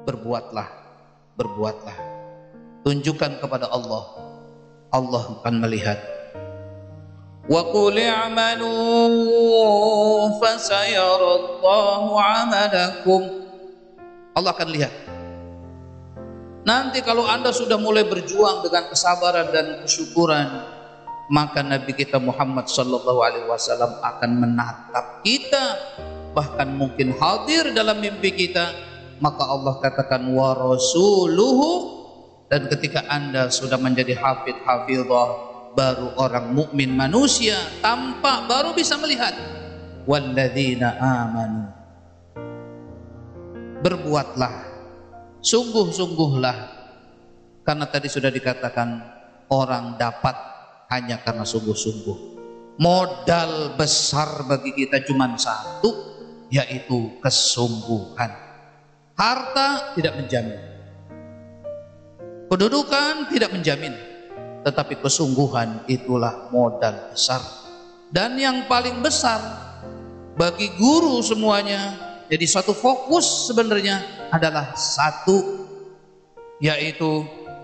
berbuatlah, berbuatlah. Tunjukkan kepada Allah, Allah akan melihat. Wa qul i'malu fasayarallahu 'amalakum. Allah akan lihat. Nanti kalau Anda sudah mulai berjuang dengan kesabaran dan kesyukuran, maka Nabi kita Muhammad sallallahu alaihi wasallam akan menatap kita, bahkan mungkin hadir dalam mimpi kita. Maka Allah katakan wa rasuluhu, dan ketika Anda sudah menjadi hafid hafizah, baru orang mukmin manusia tampak baru bisa melihat. Walladzina amanu, berbuatlah, sungguh-sungguhlah, karena tadi sudah dikatakan orang dapat hanya karena sungguh-sungguh. Modal besar bagi kita cuma satu, yaitu kesungguhan. Harta tidak menjamin, kedudukan tidak menjamin, tetapi kesungguhan itulah modal besar. Dan yang paling besar bagi guru semuanya, jadi suatu fokus sebenarnya adalah satu, yaitu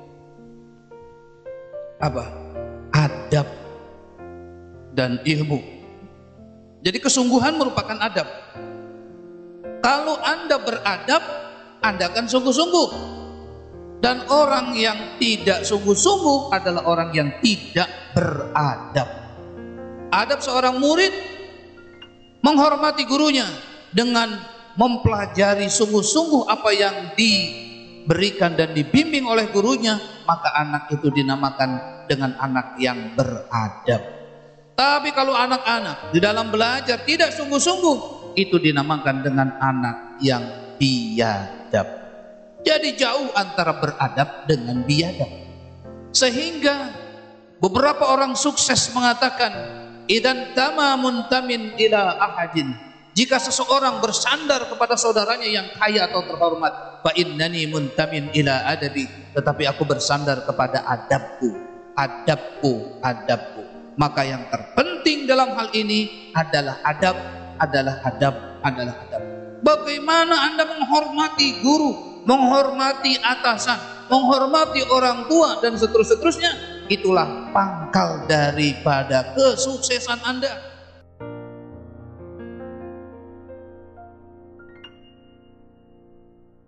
apa? Adab dan ilmu. Jadi kesungguhan merupakan adab. Kalau Anda beradab, Anda akan sungguh-sungguh. Dan orang yang tidak sungguh-sungguh adalah orang yang tidak beradab. Adab seorang murid menghormati gurunya dengan mempelajari sungguh-sungguh apa yang diberikan dan dibimbing oleh gurunya, maka anak itu dinamakan dengan anak yang beradab. Tapi kalau anak-anak di dalam belajar tidak sungguh-sungguh, itu dinamakan dengan anak yang biadab. Jadi jauh antara beradab dengan biadab. Sehingga beberapa orang sukses mengatakan, idan tama muntamin ila ahadin, jika seseorang bersandar kepada saudaranya yang kaya atau terhormat, fa innani muntamin ila adabi, tetapi aku bersandar kepada adabku, adabku, adabku. Maka yang terpenting dalam hal ini adalah adab, adalah adab, adalah adab. Bagaimana Anda menghormati guru, menghormati atasan, menghormati orang tua, dan seterusnya, itulah pangkal daripada kesuksesan Anda.